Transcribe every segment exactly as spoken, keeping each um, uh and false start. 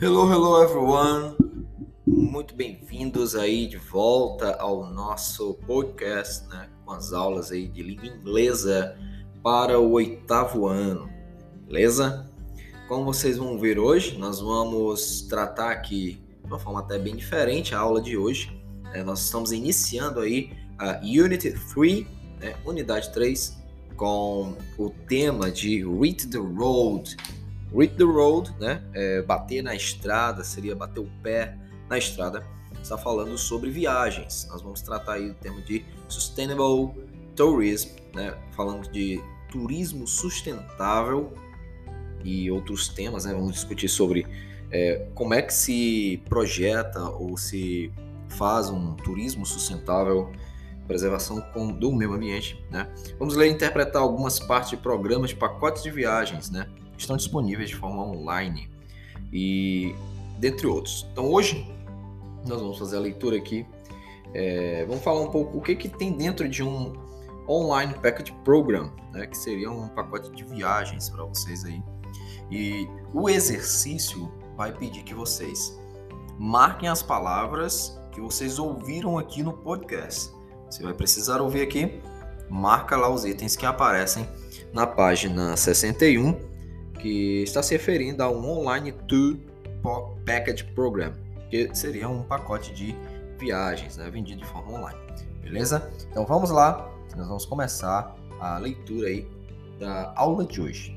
Hello, hello everyone! Muito bem-vindos aí de volta ao nosso podcast, né? Com as aulas aí de língua inglesa para o oitavo ano, beleza? Como vocês vão ver hoje, nós vamos tratar aqui de uma forma até bem diferente a aula de hoje. Né? Nós estamos iniciando aí a Unit três, né? Unidade três, com o tema de Read the Road. Read the road, né? É, bater na estrada, seria bater o pé na estrada. Está falando sobre viagens. Nós vamos tratar aí do tema de Sustainable Tourism, né? Falando de turismo sustentável e outros temas, né? Vamos discutir sobre é, como é que se projeta ou se faz um turismo sustentável, preservação do meio ambiente, né? Vamos ler e interpretar algumas partes de programas de pacotes de viagens, né? Estão disponíveis de forma online e dentre outros. Então hoje nós vamos fazer a leitura aqui. É, vamos falar um pouco o que, que tem dentro de um Online Package Program, né? Que seria um pacote de viagens para vocês aí. E o exercício vai pedir que vocês marquem as palavras que vocês ouviram aqui no podcast. Você vai precisar ouvir aqui, marca lá os itens que aparecem na página sessenta e um, que está se referindo a um Online Tour Package Program, que seria um pacote de viagens, né, vendido de forma online, beleza? Então vamos lá, nós vamos começar a leitura aí da aula de hoje.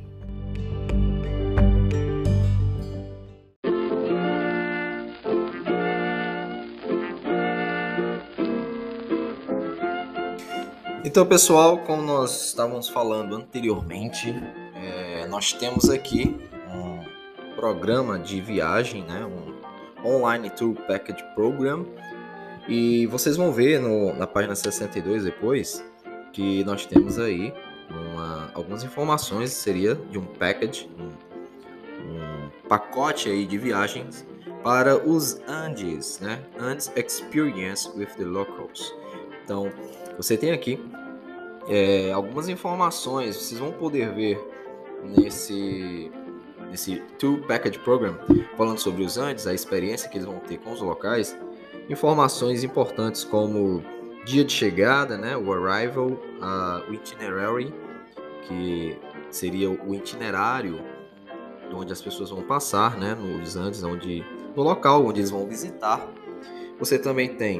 Então, pessoal, como nós estávamos falando anteriormente, é, nós temos aqui um programa de viagem, né, um Online Tour Package Program, e vocês vão ver no, na página sessenta e dois depois que nós temos aí uma, algumas informações, seria de um package, um, um pacote aí de viagens para os Andes, né, Andes Experience with the Locals. Então, você tem aqui É, algumas informações, vocês vão poder ver nesse, nesse Tour Package Program, falando sobre os Andes, a experiência que eles vão ter com os locais, informações importantes como dia de chegada, né, o arrival, uh, o itinerary, que seria o itinerário onde as pessoas vão passar, né, nos Andes, onde, no local onde eles vão visitar. Você também tem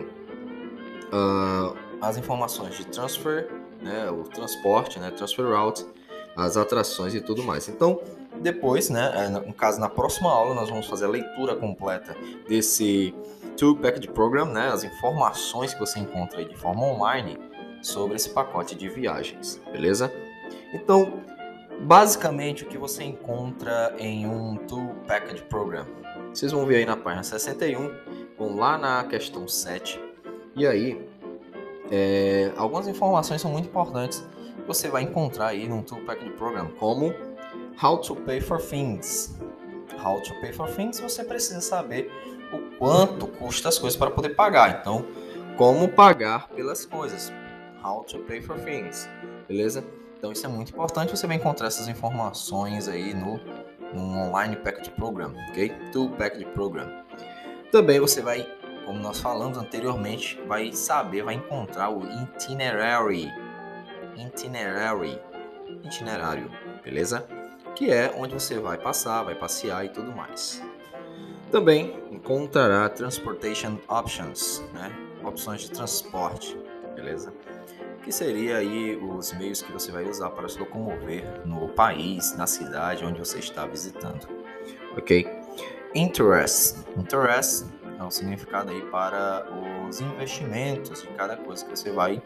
uh, as informações de transfer, né, o transporte, né, transfer route, as atrações e tudo mais. Então, depois, né, no caso, na próxima aula, nós vamos fazer a leitura completa desse Tour Package Program, né, as informações que você encontra aí de forma online sobre esse pacote de viagens, beleza? Então, basicamente, o que você encontra em um Tour Package Program? Vocês vão ver aí na página sessenta e um, vão lá na questão sete, e aí É, algumas informações são muito importantes que você vai encontrar aí no Tour Package Program, como How to Pay for Things. How to Pay for Things, você precisa saber o quanto custa as coisas para poder pagar. Então, como pagar pelas coisas. How to Pay for Things, beleza? Então, isso é muito importante. Você vai encontrar essas informações aí no, no Online Package Program, ok? Tour Package Program. Também você vai, como nós falamos anteriormente, vai saber, vai encontrar o itinerary, itinerary, itinerário, beleza? Que é onde você vai passar, vai passear e tudo mais. Também encontrará transportation options, né? Opções de transporte, beleza? Que seria aí os meios que você vai usar para se locomover no país, na cidade onde você está visitando, ok? Interest. Interest é um significado aí para os investimentos de cada coisa que você vai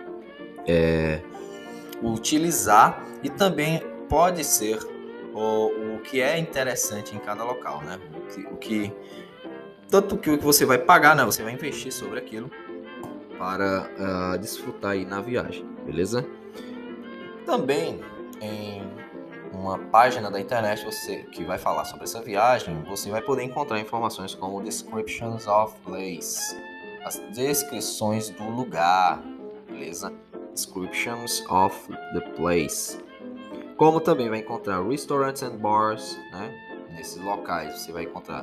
é, utilizar, e também pode ser o, o que é interessante em cada local, né? O que, o que tanto que o que você vai pagar, né? Você vai investir sobre aquilo para uh, desfrutar aí na viagem, beleza? Também em uma página da internet você, que vai falar sobre essa viagem, você vai poder encontrar informações como Descriptions of Place, as descrições do lugar, beleza? Descriptions of the place. Como também vai encontrar restaurants and bars, né? Nesses locais você vai encontrar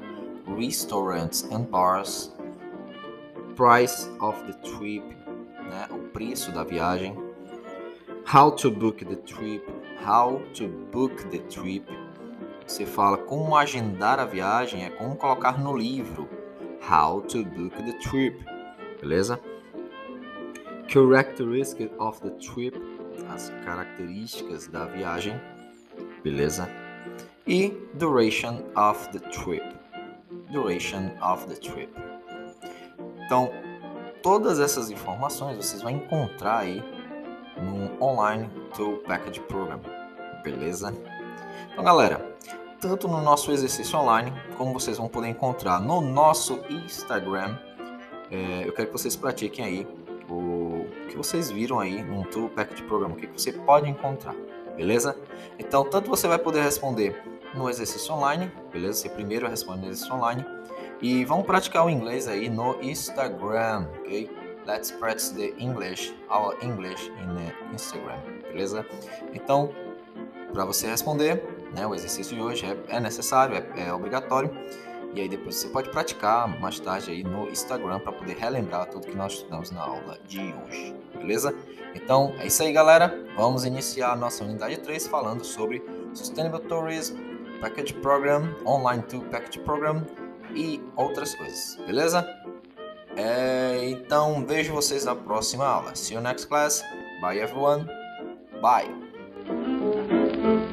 restaurants and bars, price of the trip, né, o preço da viagem, how to book the trip, how to book the trip. Você fala como agendar a viagem, é como colocar no livro, how to book the trip, beleza? Characteristics of the trip, as características da viagem, beleza? E duration of the trip, duration of the trip. Então, todas essas informações vocês vão encontrar aí no Online Tour Package Program, beleza? Então, galera, tanto no nosso exercício online, como vocês vão poder encontrar no nosso Instagram, é, eu quero que vocês pratiquem aí o que vocês viram aí no Tour Package Program, o que você pode encontrar, beleza? Então, tanto você vai poder responder no exercício online, beleza? Você primeiro responde no exercício online, e vamos praticar o inglês aí no Instagram, ok? Let's practice the English, our English in the Instagram, beleza? Então, para você responder, né, o exercício de hoje é, é necessário, é, é obrigatório, e aí depois você pode praticar mais tarde aí no Instagram para poder relembrar tudo que nós estudamos na aula de hoje, beleza? Então, é isso aí, galera. Vamos iniciar a nossa unidade três falando sobre Sustainable Tourism, Package Program, Online Tour Package Program e outras coisas, beleza? É, então, vejo vocês na próxima aula. See you next class. Bye, everyone. Bye.